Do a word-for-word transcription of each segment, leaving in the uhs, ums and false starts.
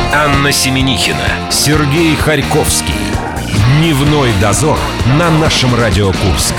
Анна Семенихина, Сергей Харьковский. Дневной дозор на нашем Радио Курск.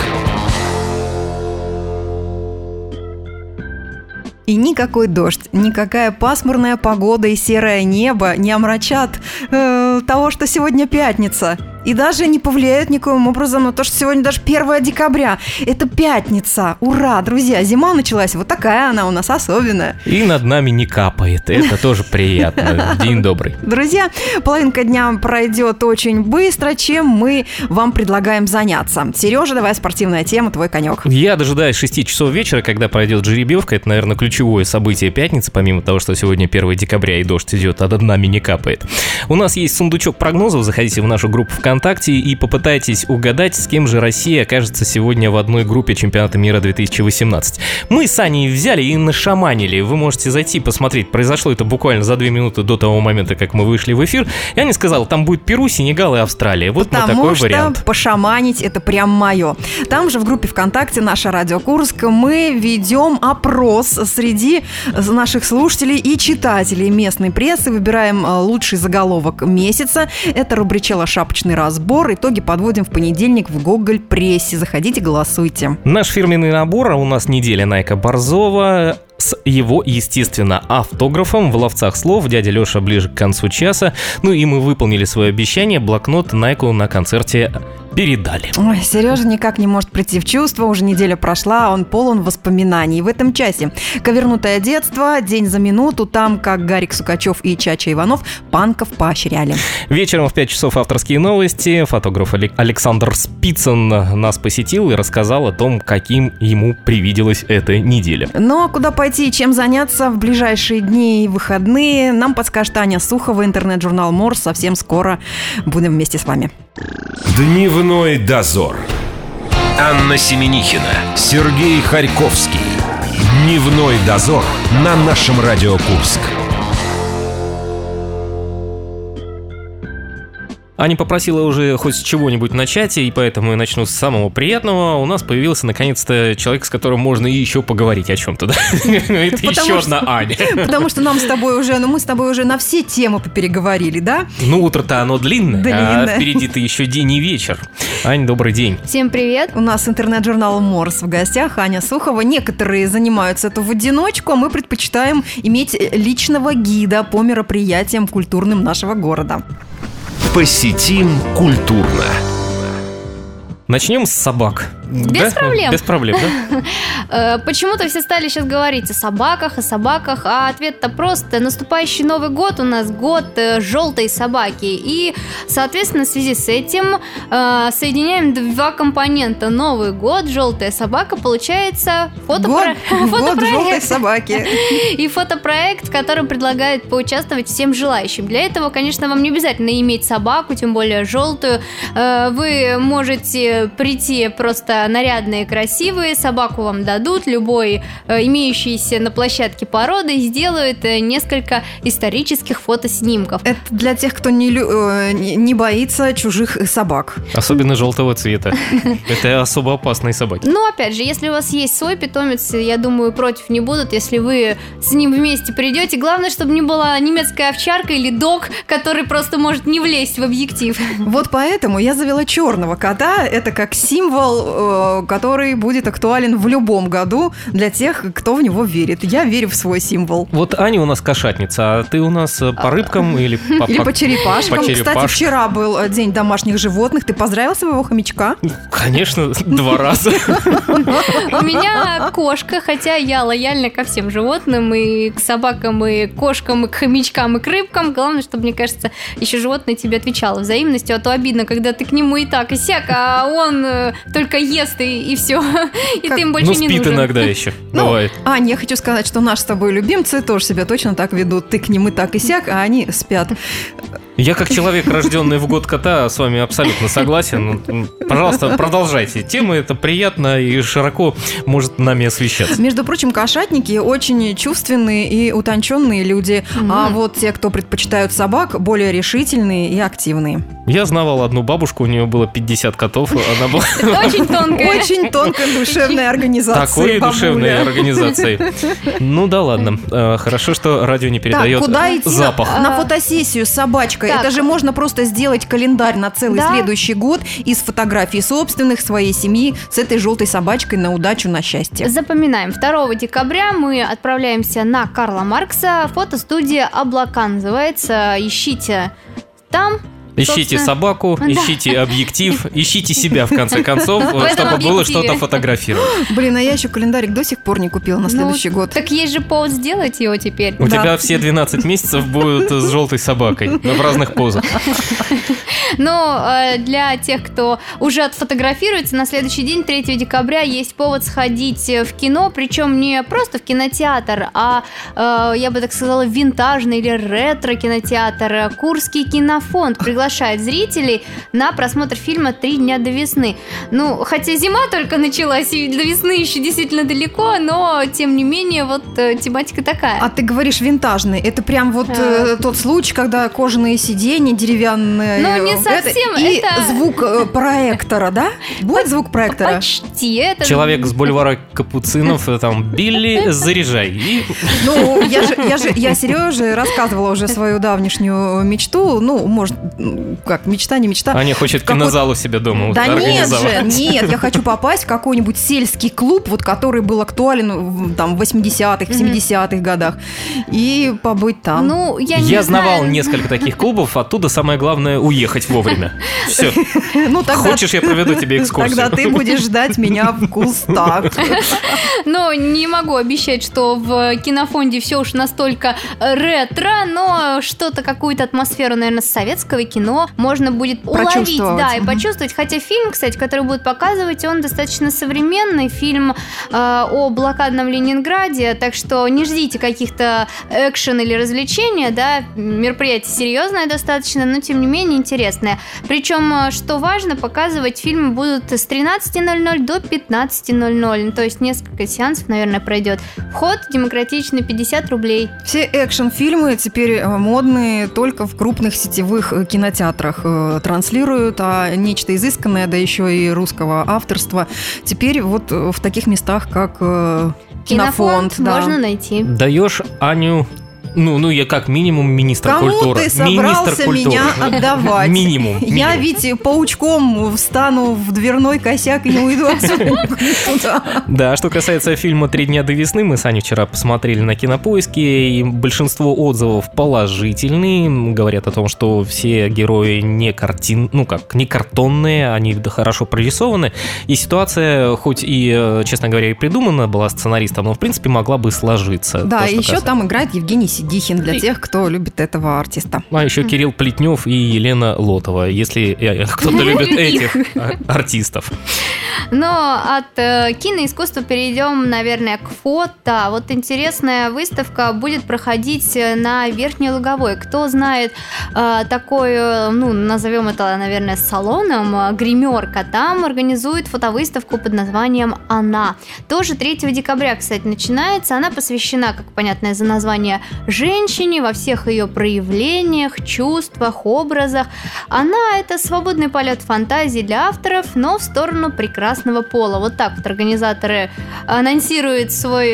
И никакой дождь, никакая пасмурная погода и серое небо не омрачат э, того, что сегодня пятница. И даже не повлияют никоим образом на то, что сегодня даже первое декабря. Это пятница. Ура, друзья, зима началась. Вот такая она у нас особенная. И над нами не капает. Это тоже приятно. День добрый. Друзья, половинка дня пройдет очень быстро, чем мы вам предлагаем заняться. Сережа, давай спортивная тема, твой конек. Я дожидаюсь шести часов вечера, когда пройдет жеребьевка. Это, наверное, ключевое событие пятницы, помимо того, что сегодня первое декабря и дождь идет, а над нами не капает. У нас есть сундучок прогнозов. Заходите в нашу группу ВКонтакте ВКонтакте и попытайтесь угадать, с кем же Россия окажется сегодня в одной группе чемпионата мира две тысячи восемнадцать. Мы с Аней взяли и нашаманили. Вы можете зайти посмотреть. Произошло это буквально за две минуты до того момента, как мы вышли в эфир. И Аня сказала, там будет Перу, Сенегал и Австралия. Вот Потому такой что вариант. Пошаманить — это прям мое. Там же в группе ВКонтакте «Наша Радио Курск» мы ведем опрос среди наших слушателей и читателей местной прессы. Выбираем лучший заголовок месяца. Это рубричела «Шапочный разбор». Итоги подводим в понедельник в Гоголь прессе. Заходите, голосуйте. Наш фирменный набор. У нас неделя Найка Борзова с его, естественно, автографом в ловцах слов. Дядя Леша ближе к концу часа. Ну и мы выполнили свое обещание. Блокнот Найку на концерте передали. Ой, Сережа никак не может прийти в чувство. Уже неделя прошла, он полон воспоминаний. В этом часе «Ковернутое детство», «День за минуту», там, как Гарик Сукачев и Чача Иванов панков поощряли. Вечером в пять часов авторские новости. Фотограф Александр Спицын нас посетил и рассказал о том, каким ему привиделась эта неделя. Ну а куда пойти и чем заняться в ближайшие дни и выходные, нам подскажет Аня Сухова, интернет-журнал Морс. Совсем скоро будем вместе с вами. Дневной дозор. Анна Семенихина, Сергей Харьковский. Дневной дозор на нашем Радио Курск. Аня попросила уже хоть с чего-нибудь начать, и поэтому я начну с самого приятного. У нас появился, наконец-то, человек, с которым можно и еще поговорить о чем-то, да? Это еще одна Аня. Потому что нам с тобой уже, ну мы с тобой уже на все темы попереговорили, да? Ну, утро-то оно длинное, а впереди-то еще день и вечер. Ань, добрый день. Всем привет. У нас интернет-журнал Морс в гостях, Аня Сухова. Некоторые занимаются это в одиночку, а мы предпочитаем иметь личного гида по мероприятиям культурным нашего города. Посетим культурно. Начнем с собак. Без да? проблем. Без проблем, да? Почему-то все стали сейчас говорить о собаках, о собаках, а ответ-то просто. Наступающий Новый год у нас год желтой собаки. И, соответственно, в связи с этим соединяем два компонента. Новый год, желтая собака, получается фотопро... год, фотопроект. Год желтой собаки. И фотопроект, в котором предлагают поучаствовать всем желающим. Для этого, конечно, вам не обязательно иметь собаку, тем более желтую. Вы можете прийти просто нарядные, красивые, собаку вам дадут, любой э, имеющийся на площадке породы сделают э, несколько исторических фотоснимков. Это для тех, кто не, э, не боится чужих собак. Особенно желтого цвета. Это особо опасные собаки. Ну, опять же, если у вас есть свой питомец, я думаю, против не будут, если вы с ним вместе придете. Главное, чтобы не была немецкая овчарка или дог, который просто может не влезть в объектив. Вот поэтому я завела черного кота. Это как символ, который будет актуален в любом году для тех, кто в него верит. Я верю в свой символ. Вот Аня у нас кошатница, а ты у нас по рыбкам или по, или по черепашкам. По черепашкам. Кстати, вчера был день домашних животных. Ты поздравил своего хомячка? Конечно, два раза. У меня кошка, хотя я лояльна ко всем животным, и к собакам, и к кошкам, и к хомячкам, и к рыбкам. Главное, чтобы, мне кажется, еще животное тебе отвечало взаимностью, а то обидно, когда ты к нему и так, и сяк, а он только ест и, и все. И как? Ты им больше ну, не нужен. Ну, спит иногда еще. Ну, бывает. Ань, я хочу сказать, что наши с тобой любимцы тоже себя точно так ведут. Ты к ним и так, и сяк, а они спят. Я как человек, рожденный в год кота, с вами абсолютно согласен. Пожалуйста, продолжайте. Тема эта приятна и широко может нами освещаться. Между прочим, кошатники очень чувственные и утонченные люди, mm-hmm. а вот те, кто предпочитают собак, более решительные и активные. Я знавал одну бабушку, у нее было пятьдесят котов. Она была... Очень тонкая. Очень тонкая душевная организация. Такой душевной организацией. Ну да ладно. Хорошо, что радио не передает так, куда идти запах. На, на фотосессию с собачкой. Так. Это же можно просто сделать календарь на целый да. следующий год из фотографий собственных, своей семьи с этой желтой собачкой на удачу, на счастье. Запоминаем. второго декабря мы отправляемся на Карла Маркса. Фотостудия «Облака» называется. Ищите там. Ищите собственно... собаку, да. ищите объектив, ищите себя, в конце концов, чтобы было что-то фотографировать. Блин, а я еще календарик до сих пор не купила на следующий ну, год. Так есть же повод сделать его теперь. У да. тебя все двенадцать месяцев будут с желтой собакой в разных позах. Но э, для тех, кто уже отфотографируется, на следующий день, третьего декабря, есть повод сходить в кино, причем не просто в кинотеатр, а, э, я бы так сказала, винтажный или ретро-кинотеатр. Курский кинофонд приглашает зрителей на просмотр фильма «Три дня до весны». Ну, хотя зима только началась, и до весны еще действительно далеко, но, тем не менее, вот э, тематика такая. А ты говоришь винтажный, это прям вот а... э, тот случай, когда кожаные сиденья, деревянные... Ну, не совсем, это... И это... звук э, проектора, да? Будет звук проектора? Почти. Это... Человек с бульвара Капуцинов, там, Билли, заряжай. И... Ну, я же, я же, я Сереже рассказывала уже свою давнишнюю мечту, ну, может, как, мечта, не мечта. Аня хочет кинозал у себя дома да организовать. Да нет же, нет, я хочу попасть в какой-нибудь сельский клуб, вот который был актуален там в восьмидесятых, в семидесятых годах, и побыть там. Ну, я не Я знаю. знавал несколько таких клубов, оттуда самое главное уехать вовремя. Все. Ну, тогда... Хочешь, я проведу тебе экскурсию? Тогда ты будешь ждать меня в кустах. Ну, не могу обещать, что в кинофонде все уж настолько ретро, но что-то, какую-то атмосферу, наверное, советского кино можно будет уловить, да, и почувствовать. Хотя фильм, кстати, который будут показывать, он достаточно современный, фильм э, о блокадном Ленинграде, так что не ждите каких-то экшен или развлечения, да, мероприятие серьезное достаточно, но тем не менее интересное. Причем, что важно, показывать фильмы будут с тринадцати ноль-ноль до пятнадцати ноль-ноль, то есть несколько сеансов, наверное, пройдет. Вход демократичный, пятьдесят рублей. Все экшн-фильмы теперь модные только в крупных сетевых кинотеатрах транслируют, а нечто изысканное, да еще и русского авторства, теперь вот в таких местах, как кинофонд, кинофонд да. можно найти. Даешь Аню... Ну, ну, я как минимум министр Кому культуры. Кому ты собрался министр культуры. Меня отдавать? Минимум, минимум. Я ведь паучком встану в дверной косяк и не уйду отсюда. Да, что касается фильма «Три дня до весны», мы с Аней вчера посмотрели на Кинопоиске, и большинство отзывов положительные. Говорят о том, что все герои не картин, ну как, не картонные, они хорошо прорисованы. И ситуация, хоть и, честно говоря, и придумана была сценаристом, но в принципе могла бы сложиться. Да, то, и еще касается. Там играет Евгений Сидихин для тех, кто любит этого артиста. А еще Кирилл Плетнев и Елена Лотова, если кто-то любит этих артистов. Но от э, киноискусства перейдем, наверное, к фото. Вот интересная выставка будет проходить на Верхней Луговой. Кто знает э, такой, э, ну, назовем это, наверное, салоном, э, гримерка, там организует фотовыставку под названием «Она». Тоже третьего декабря, кстати, начинается. Она посвящена, как понятно, за название, женщине во всех ее проявлениях, чувствах, образах. Она – это свободный полет фантазии для авторов, но в сторону прекрасного пола. Вот так вот организаторы анонсируют свой,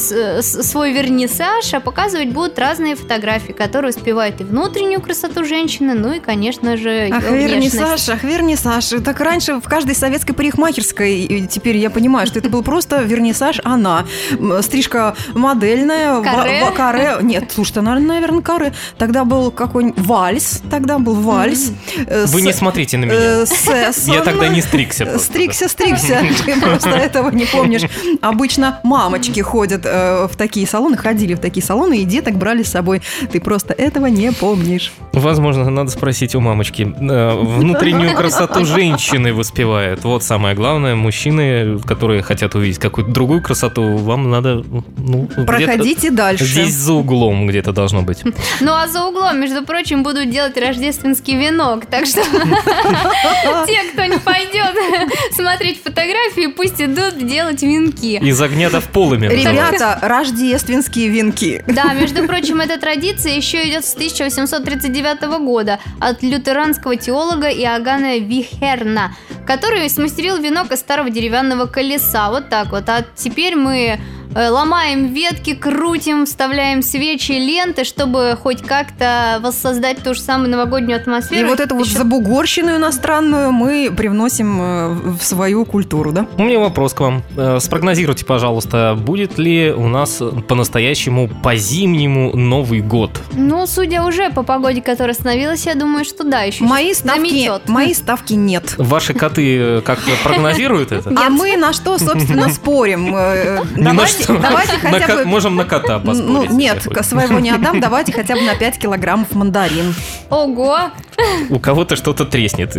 свой вернисаж, а показывать будут разные фотографии, которые успевают и внутреннюю красоту женщины, ну и, конечно же, ее ах, внешность. Вернисаж, ах, вернисаж. Так раньше в каждой советской парикмахерской, теперь я понимаю, что это был просто вернисаж «Она». Стрижка модельная, каре. В, в, каре. Нет, слушай, наверное, каре. Тогда был какой-нибудь вальс, тогда был вальс. Mm-hmm. С, Вы не смотрите на меня. С, я тогда не стригся. Просто. Стригся, стригся. Ты просто этого не помнишь. Обычно мамочки ходят э, в такие салоны, ходили в такие салоны, и деток брали с собой. Ты просто этого не помнишь. Возможно, надо спросить у мамочки. Внутреннюю красоту женщины воспевают. Вот самое главное. Мужчины, которые хотят увидеть какую-то другую красоту, вам надо... Ну, проходите дальше. Здесь за углом. углом где-то должно быть. Ну а за углом, между прочим, будут делать рождественский венок. Так что те, кто не пойдет смотреть фотографии, пусть идут делать венки. Из огня до в полыми. Ребята, рождественские венки. Да, между прочим, эта традиция еще идет с тысяча восемьсот тридцать девятого года от лютеранского теолога Иоганна Вихерна, который смастерил венок из старого деревянного колеса. Вот так вот. А теперь мы ломаем ветки, крутим, вставляем свечи, ленты, чтобы хоть как-то воссоздать ту же самую новогоднюю атмосферу. И вот эту вот Еще... забугорщину иностранную мы привносим в свою культуру, да? У меня вопрос к вам. Спрогнозируйте, пожалуйста, будет ли у нас по-настоящему по-зимнему Новый год? Ну, судя уже по погоде, которая становилась, я думаю, что да, еще Мои ставки, наметет. мои ставки нет. Ваши коты как-то прогнозируют это? А мы на что, собственно, спорим? Э, Ни на Давайте, что. давайте На хотя ко- бы... Можем на кота Ну, поспорить. нет, если своего не отдам, давайте хотя бы на пять килограммов мандарин. Ого! У кого-то что-то треснет.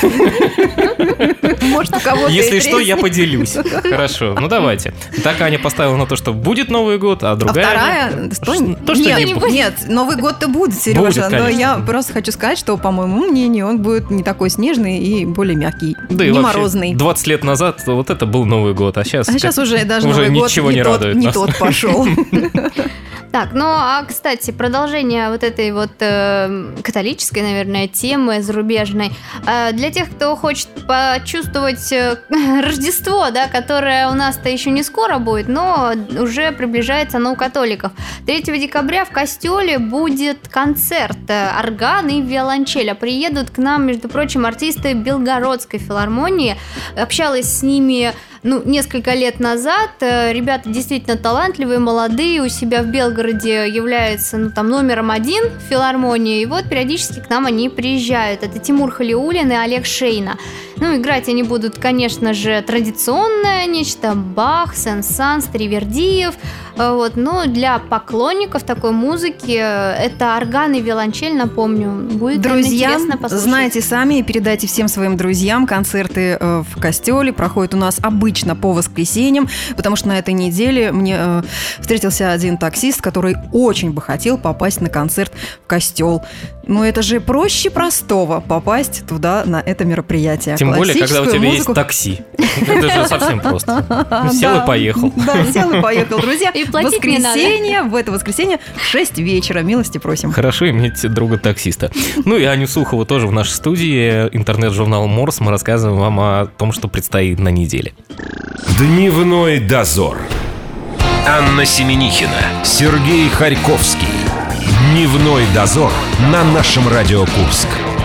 Может, у кого-то Если и что, треснет. я поделюсь. Хорошо, ну давайте. Так Аня поставила на то, что будет Новый год, а А другая... вторая... Что? То, что нет, не будет. нет, Новый год-то будет, Сережа. Будет, но конечно. я просто хочу сказать, что, по моему мнению, он будет не такой снежный и более мягкий. Да и не вообще, морозный. двадцать лет назад вот это был Новый год, а сейчас... А сейчас уже даже уже Новый год ничего не, не тот, радует не нас. тот пошел. Так, ну а, кстати, продолжение вот этой вот э, католической, наверное, темы зарубежной. Э, для тех, кто хочет почувствовать э, Рождество, да, которое у нас-то еще не скоро будет, но уже приближается оно у католиков. третьего декабря в Костеле будет концерт э, орган и виолончеля. Приедут к нам, между прочим, артисты Белгородской филармонии. Общалась с ними... Ну, несколько лет назад. Ребята действительно талантливые, молодые, у себя в Белгороде являются, ну, там, номером один в филармонии, и вот периодически к нам они приезжают. Это Тимур Халиуллин и Олег Шейна. Ну, играть они будут, конечно же, традиционное нечто: Бах, Сен-Санс, Тривердиев. Вот. Но для поклонников такой музыки это орган и виолончель, напомню. Будет Друзья, интересно послушать. знаете сами и передайте всем своим друзьям. Концерты э, в Костеле проходят у нас обычно по воскресеньям, потому что на этой неделе мне э, встретился один таксист, который очень бы хотел попасть на концерт в Костел. Но это же проще простого попасть туда, на это мероприятие. Тем более, когда у Классическую тебя музыку- есть такси. Это же совсем просто. Сел Да. и поехал. Да, сел и поехал, друзья. И платить не надо. Воскресенье, в это воскресенье в шесть вечера. Милости просим. Хорошо иметь друга-таксиста. Ну и Аню Сухову тоже в нашей студии. Интернет-журнал Морс. Мы рассказываем вам о том, что предстоит на неделе. Дневной дозор. Анна Семенихина, Сергей Харьковский. Дневной дозор на нашем Радио Курск.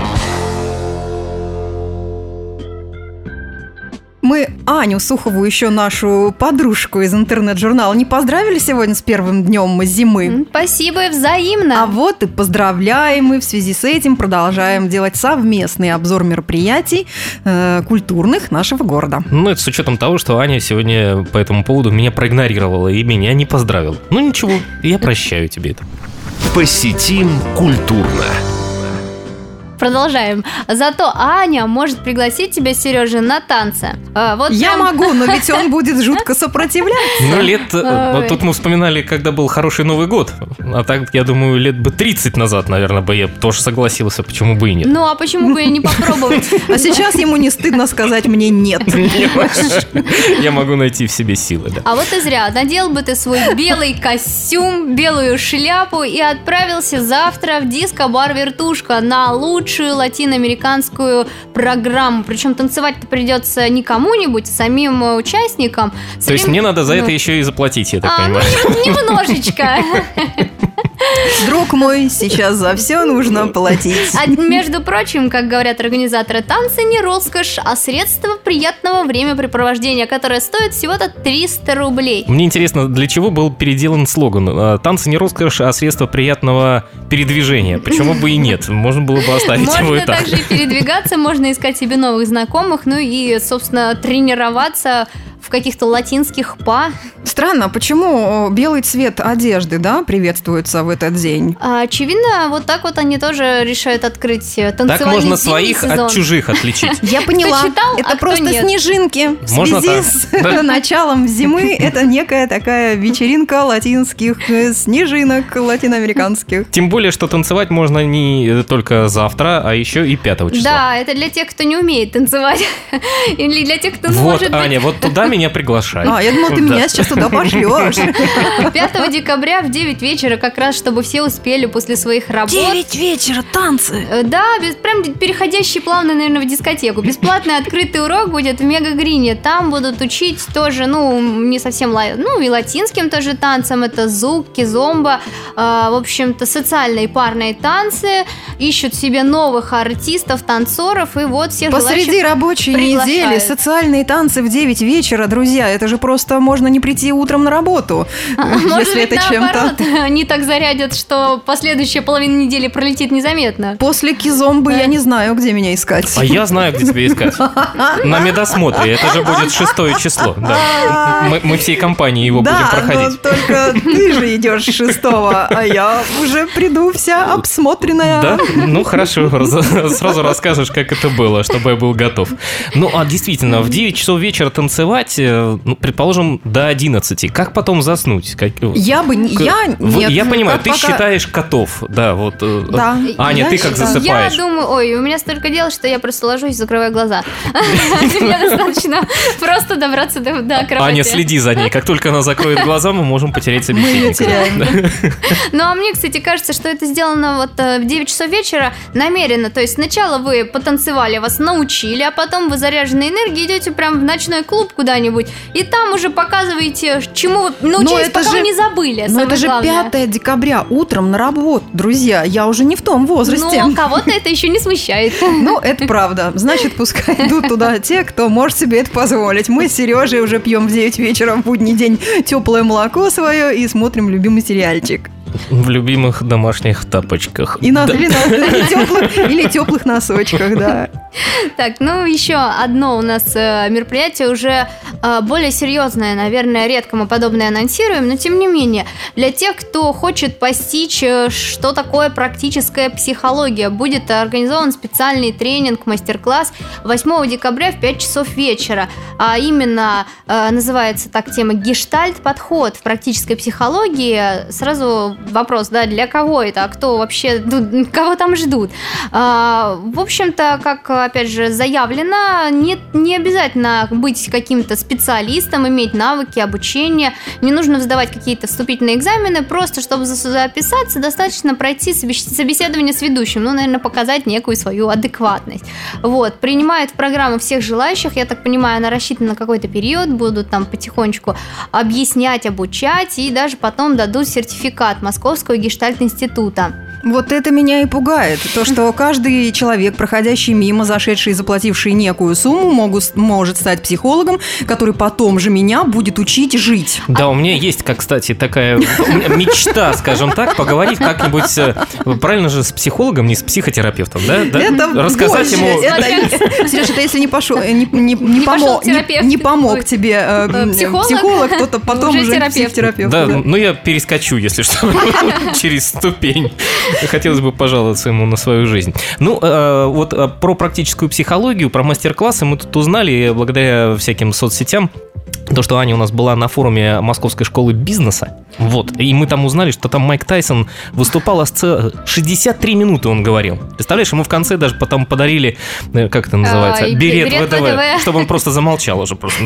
Мы Аню Сухову, еще нашу подружку из интернет-журнала, не поздравили сегодня с первым днем зимы? М, Спасибо и взаимно. А вот и поздравляем, и в связи с этим продолжаем делать совместный обзор мероприятий э, культурных нашего города. Ну, это с учетом того, что Аня сегодня по этому поводу меня проигнорировала и меня не поздравила. Ну, ничего, я прощаю тебе это. Посетим культурно. Продолжаем. Зато Аня может пригласить тебя, Сережа, на танцы. А, вот Я прям- могу, но ведь он будет жутко сопротивляться. Ну, лет... э, Ой. вот тут мы вспоминали, когда был хороший Новый год. А так, я думаю, лет бы тридцать назад, наверное, бы я тоже согласился, почему бы и нет. Ну, а почему бы и не попробовать? А сейчас ему не стыдно сказать мне «нет». Я могу найти в себе силы, да. А вот и зря. Надел бы ты свой белый костюм, белую шляпу и отправился завтра в диско-бар «Вертушка» на лучшую латиноамериканскую программу. Причем танцевать-то придется не кому-нибудь, а самим э, участникам. То есть Самим- мне надо за ну, это еще и заплатить, я так а, ну, понимаю. не- немножечко. Друг мой, сейчас за все нужно платить. А между прочим, как говорят организаторы, танцы не роскошь, а средство приятного времяпрепровождения, которое стоит всего-то триста рублей. Мне интересно, для чего был переделан слоган? А, Танцы не роскошь, а средство приятного передвижения. Почему бы и нет? Можно было бы оставить его и Можно так. также передвигаться, можно искать себе новых знакомых, ну и, собственно, тренироваться в каких-то латинских па. Странно, почему белый цвет одежды, да, приветствуется в этот день? А, очевидно, вот так вот они тоже решают открыть танцевальный Так можно зимний своих сезон. от чужих отличить. Я поняла, Кто читал, это а кто просто нет. снежинки. В Можно связи так. с Да. началом зимы это некая такая вечеринка латинских э, снежинок латиноамериканских. Тем более, что танцевать можно не только завтра, а еще и пятого числа. Да, это для тех, кто не умеет танцевать. Или для тех, кто, ну, Вот, может быть, Аня, вот туда меня приглашай. А, я думала, ты Да. меня сейчас туда пошлешь. пятого декабря в девять вечера, как раз, чтобы все успели после своих работ. Девять вечера, танцы. Э, Да, без- прям переходящий плавно, наверное, в дискотеку. Бесплатный открытый урок будет в Мегагрине. Там будут учить тоже, ну, не совсем, ла- ну, и латинским тоже танцам. Это зук, кизомба, э, в общем-то, социальные парные танцы. Ищут себе новых артистов, танцоров, и вот всех Посреди желающих рабочей приглашают. недели социальные танцы в девять вечера, друзья, это же просто можно не прийти утром на работу, Может если быть, это чем-то. наоборот, они так зарядят, что последующая половина недели пролетит незаметно. После кизомбы я не знаю, где меня искать. А я знаю, где тебя искать. На медосмотре. Это же будет шестое число. Да. Мы, мы всей компанией его будем Да, проходить. но только ты же идешь шестого, а я уже приду вся обсмотренная. Да? Ну, хорошо. Раз- Сразу расскажешь, как это было, чтобы я был готов. Ну, а действительно, в девять часов вечера танцевать, э, ну, предположим, до одиннадцати. Как потом заснуть? Как- Я бы не... Я, Вы- нет, я понимаю, как ты пока- считаешь котов. Да, вот. э, Да. Аня, Я ты как считаю. засыпаешь? Я думаю, ой, у меня столько дел, что я просто ложусь и закрываю глаза. Мне достаточно просто добраться до до кровати. Аня, следи за ней. Как только она закроет глаза, мы можем потерять Мы ее собеседника. теряем. Ну, а мне, кстати, кажется, что это сделано вот э, в девять часов вечера намеренно. То есть сначала вы потанцевали, вас научили, а потом вы заряженной энергией идете прям в ночной клуб куда-нибудь, и там уже показываете, чему вы научились, это пока же- вы не забыли. Но самое это же главное. пятое декабря, утром на работу, друзья. Я уже не в том возрасте. Но кого-то это еще не смущает. Ну, это правда. Значит, пускай идут туда те, кто может себе это позволить. Мы с Сережей уже пьем в девять вечера в будний день теплое молоко свое и смотрим любимый сериальчик. В любимых домашних тапочках. И на, Да. или, на- или теплых, или теплых носочках, да. Так, ну еще одно у нас э, мероприятие уже э, более серьезное, наверное, редко мы подобное анонсируем, но тем не менее, для тех, кто хочет постичь, э, что такое практическая психология, будет организован специальный тренинг, мастер-класс восьмого декабря в пять часов вечера, а именно э, называется так тема «Гештальт-подход в практической психологии». Сразу вопрос, да, для кого это, а кто вообще, ну, кого там ждут? А, в общем-то, как, опять же, заявлено, не, не обязательно быть каким-то специалистом, иметь навыки, обучение, не нужно сдавать какие-то вступительные экзамены, просто чтобы за- записаться, достаточно пройти собес- собеседование с ведущим, ну, наверное, показать некую свою адекватность. Вот, принимают в программу всех желающих, я так понимаю, она рассчитана на какой-то период, будут там потихонечку объяснять, обучать, и даже потом дадут сертификат Московского гештальт-института. Вот это меня и пугает. То, что каждый человек, проходящий мимо, зашедший и заплативший некую сумму, могут, может стать психологом, который потом же меня будет учить жить. Да, у меня есть, как, кстати, такая у меня мечта, скажем так, поговорить как-нибудь, э, правильно же, с психологом, не с психотерапевтом, да? Да? Это Рассказать больше. ему... Это, Сереж, это если не, пошел, не, не, не, Не пошел помо- к терапевту. не- не помог тебе э, Э, психолог, психолог, то потом уже уже терапевт. психотерапевт. Да, да. ну я перескочу, если что, через ступень. Хотелось бы пожаловаться ему на свою жизнь. Ну, э, вот э, про практическую психологию, про мастер-классы мы тут узнали благодаря всяким соцсетям. То, что Аня у нас была на форуме Московской школы бизнеса, вот, и мы там узнали, что там Майк Тайсон выступал аж ц- шестьдесят три минуты, он говорил. Представляешь, ему в конце даже потом подарили, э, как это называется, Ой, берет берет ВТВ, ВТВ. чтобы он просто замолчал уже просто.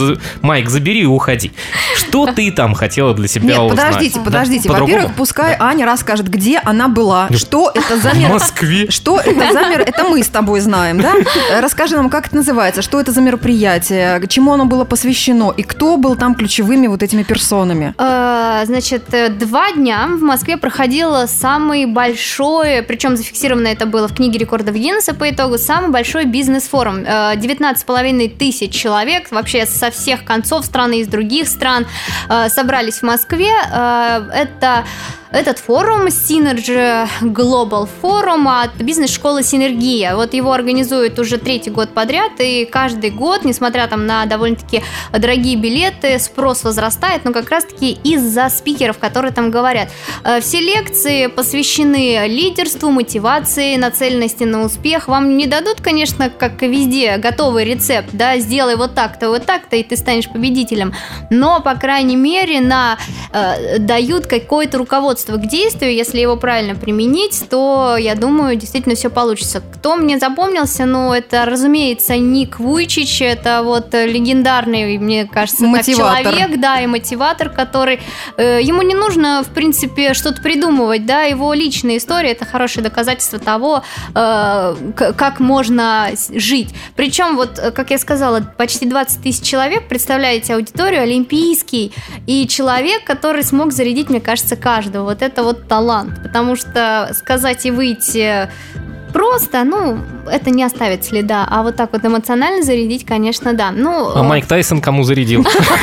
Майк, забери и уходи. Что ты там хотела для себя Нет, узнать? подождите, Да? подождите. По-другому? Во-первых, пускай Аня расскажет, где она была, что это за В мер... Москве. Что это за мер... Это мы с тобой знаем, да? Расскажи нам, как это называется, что это за мероприятие, чему оно было посвящено, и кто был там ключевыми вот этими персонами? Э, Значит, э, два дня в Москве проходило самый большой, причем зафиксировано это было в книге рекордов Гиннесса по итогу, самый большой бизнес-форум. Э, девятнадцать с половиной тысяч человек, вообще со всех концов страны, из других стран, э, собрались в Москве. Э, Это этот форум Synergy Global Forum от бизнес-школы «Синергия». Вот его организуют уже третий год подряд, и каждый год, несмотря там на довольно-таки дорогие билеты, спрос возрастает, но как раз-таки из-за спикеров, которые там говорят. Все лекции посвящены лидерству, мотивации, нацеленности на успех. Вам не дадут, конечно, как и везде, готовый рецепт, да, сделай вот так-то, вот так-то, и ты станешь победителем. Но, по крайней мере, на, э, дают какое-то руководство к действию, если его правильно применить, то, я думаю, действительно все получится. Кто мне запомнился? Ну, это, разумеется, Ник Вуйчич, это вот легендарный, мне кажется, мотиватор. Так, человек, да, и мотиватор, который, э, ему не нужно, в принципе, что-то придумывать, да, его личная история – это хорошее доказательство того, э, как можно жить. Причем, вот, как я сказала, почти двадцать тысяч человек, представляете, аудиторию, олимпийский, и человек, который смог зарядить, мне кажется, каждого. Вот это вот талант, потому что сказать и выйти просто, ну, это не оставит следа, а вот так вот эмоционально зарядить, конечно, да. Ну, а Майк Тайсон кому зарядил?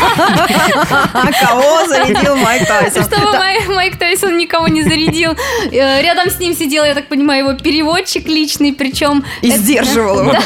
Кого зарядил Майк Тайсон? Чтобы Майк Тайсон никого не зарядил. Рядом с ним сидел, я так понимаю, его переводчик личный, причем... И сдерживал его.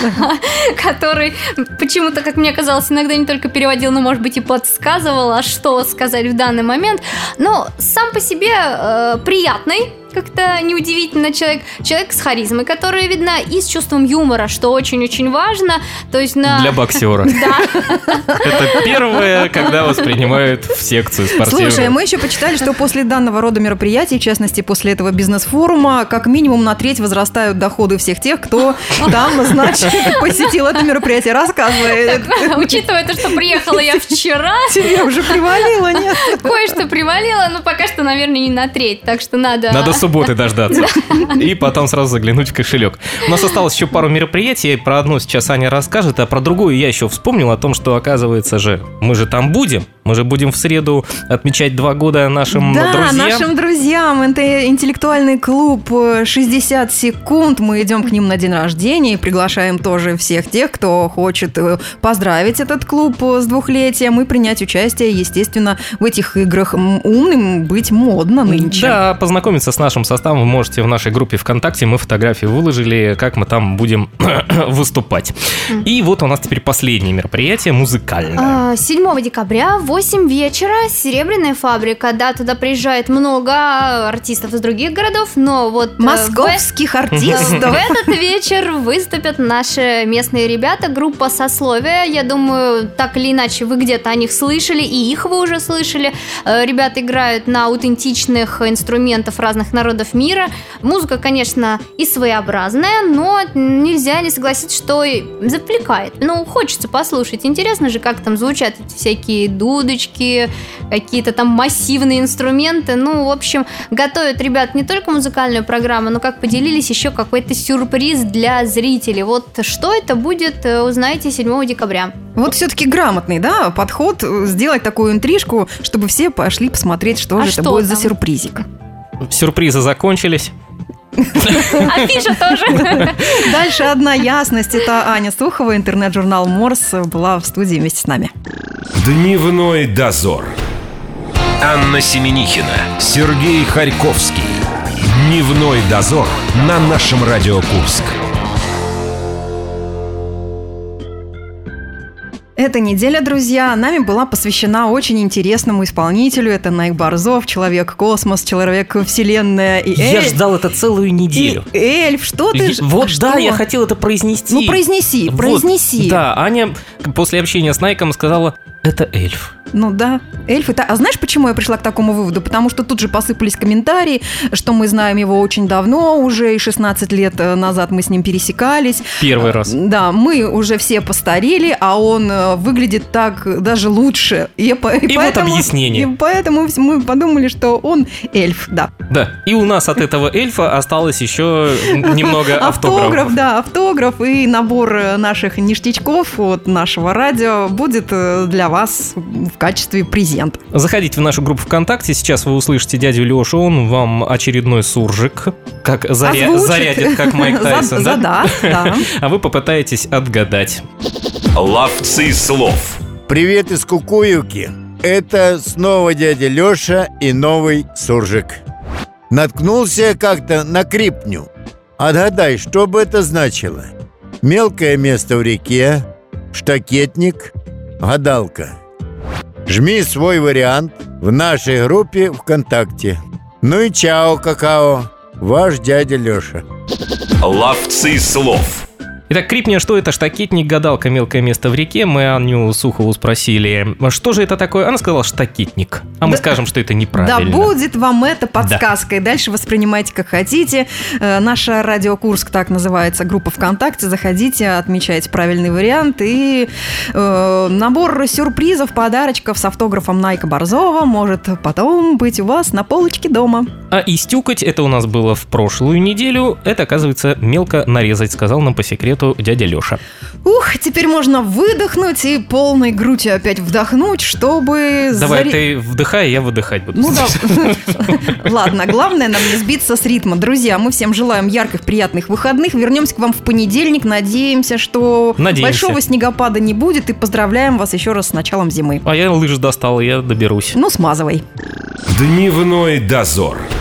Который почему-то, как мне казалось, иногда не только переводил, но, может быть, и подсказывал, а что сказать в данный момент. Но сам по себе приятный, как-то неудивительно человек. Человек с харизмой, которая видна, и с чувством юмора, что очень-очень важно. То есть на... Для боксера. Да. Это первое, когда воспринимают в секцию спортивную. Слушай, мы еще почитали, что после данного рода мероприятий, в частности, после этого бизнес-форума, как минимум на треть возрастают доходы всех тех, кто там, значит, посетил это мероприятие. Рассказывай. Учитывая то, что приехала я вчера... Тебе уже привалило, нет? Кое-что привалило, но пока что, наверное, не на треть, так что надо... Надо субботы дождаться. И потом сразу заглянуть в кошелек. У нас осталось еще пару мероприятий. Про одно сейчас Аня расскажет, а про другую я еще вспомнил о том, что, оказывается же, мы же там будем. Мы же будем в среду отмечать два года нашим да, друзьям. Да, нашим друзьям. Это интеллектуальный клуб шестьдесят секунд. Мы идем к ним на день рождения и приглашаем тоже всех тех, кто хочет поздравить этот клуб с двухлетием и принять участие, естественно, в этих играх. Умным быть модно нынче. Да, познакомиться с нашим составом вы можете в нашей группе ВКонтакте. Мы фотографии выложили, как мы там будем выступать. И вот у нас теперь последнее мероприятие музыкальное. седьмого декабря в восемь вечера Серебряная фабрика. Да, туда приезжает много артистов из других городов, но вот... Московских в... артистов. В этот вечер выступят наши местные ребята, группа «Сословие». Я думаю, так или иначе вы где-то о них слышали, и их вы уже слышали. Ребята играют на аутентичных инструментах разных народов мира. Музыка, конечно, и своеобразная, но нельзя не согласиться, что завлекает. Ну, хочется послушать. Интересно же, как там звучат эти всякие дудочки, какие-то там массивные инструменты. Ну, в общем, готовят ребят не только музыкальную программу, но, как поделились, еще какой-то сюрприз для зрителей. Вот что это будет, узнаете седьмого декабря. Вот все-таки грамотный, да, подход, сделать такую интрижку, чтобы все пошли посмотреть, что а же что это будет там? за сюрпризик. Сюрпризы закончились. Афиша тоже. Дальше одна ясность. Это Аня Сухова, интернет-журнал Морс, была в студии вместе с нами. Дневной дозор. Анна Семенихина, Сергей Харьковский. Дневной дозор на нашем Радио Курск. Эта неделя, друзья, нами была посвящена очень интересному исполнителю. Это Найк Борзов, Человек-космос, Человек-вселенная и Эльф. Я ждал это целую неделю. И Эльф, что ты... Я, вот что? да, я хотел это произнести. Ну, произнеси, вот, произнеси. Да, Аня после общения с Найком сказала, это эльф. Ну да, эльфы. А знаешь, почему я пришла к такому выводу? Потому что тут же посыпались комментарии, что мы знаем его очень давно уже, и шестнадцать лет назад мы с ним пересекались. Первый раз. Да, мы уже все постарели, а он выглядит так даже лучше. И, по, и, и поэтому, вот объяснение. И поэтому мы подумали, что он эльф, да. Да, и у нас от этого эльфа осталось еще немного автографов. Автограф, да, автограф и набор наших ништячков от нашего радио будет для вас в качестве презента. Заходите в нашу группу ВКонтакте, сейчас вы услышите дядю Лешу, он вам очередной суржик, как заря... зарядит, как Майк Тайсон, за, да? За, да, да. А вы попытаетесь отгадать. Ловцы слов. Привет из Кукуевки. Это снова дядя Леша и новый суржик. Наткнулся я как-то на крипню. Отгадай, что бы это значило? Мелкое место в реке, штакетник, гадалка. Жми свой вариант в нашей группе ВКонтакте. Ну и чао, какао, ваш дядя Леша. Ловцы слов. Итак, крипня, что это? Штакетник, гадалка, мелкое место в реке. Мы Аню Сухову спросили, что же это такое? Она сказала штакетник. А мы да, скажем, что это неправильно. Да будет вам это подсказкой. Да. Дальше воспринимайте как хотите. Наша Радио Курск, так называется группа ВКонтакте. Заходите, отмечайте правильный вариант. И э, набор сюрпризов, подарочков с автографом Найка Борзова может потом быть у вас на полочке дома. А истюкать, это у нас было в прошлую неделю. Это, оказывается, мелко нарезать, сказал нам по секрету дядя Леша. Ух, теперь можно выдохнуть и полной грудью опять вдохнуть, чтобы... Давай, заре... ты вдыхай, я выдыхать буду. Ну да. Ладно, главное нам не сбиться с ритма. Друзья, мы всем желаем ярких, приятных выходных. Вернемся к вам в понедельник. Надеемся, что Надеемся. большого снегопада не будет. И поздравляем вас еще раз с началом зимы. А я лыжи достал, я доберусь. Ну, смазывай. Дневной дозор.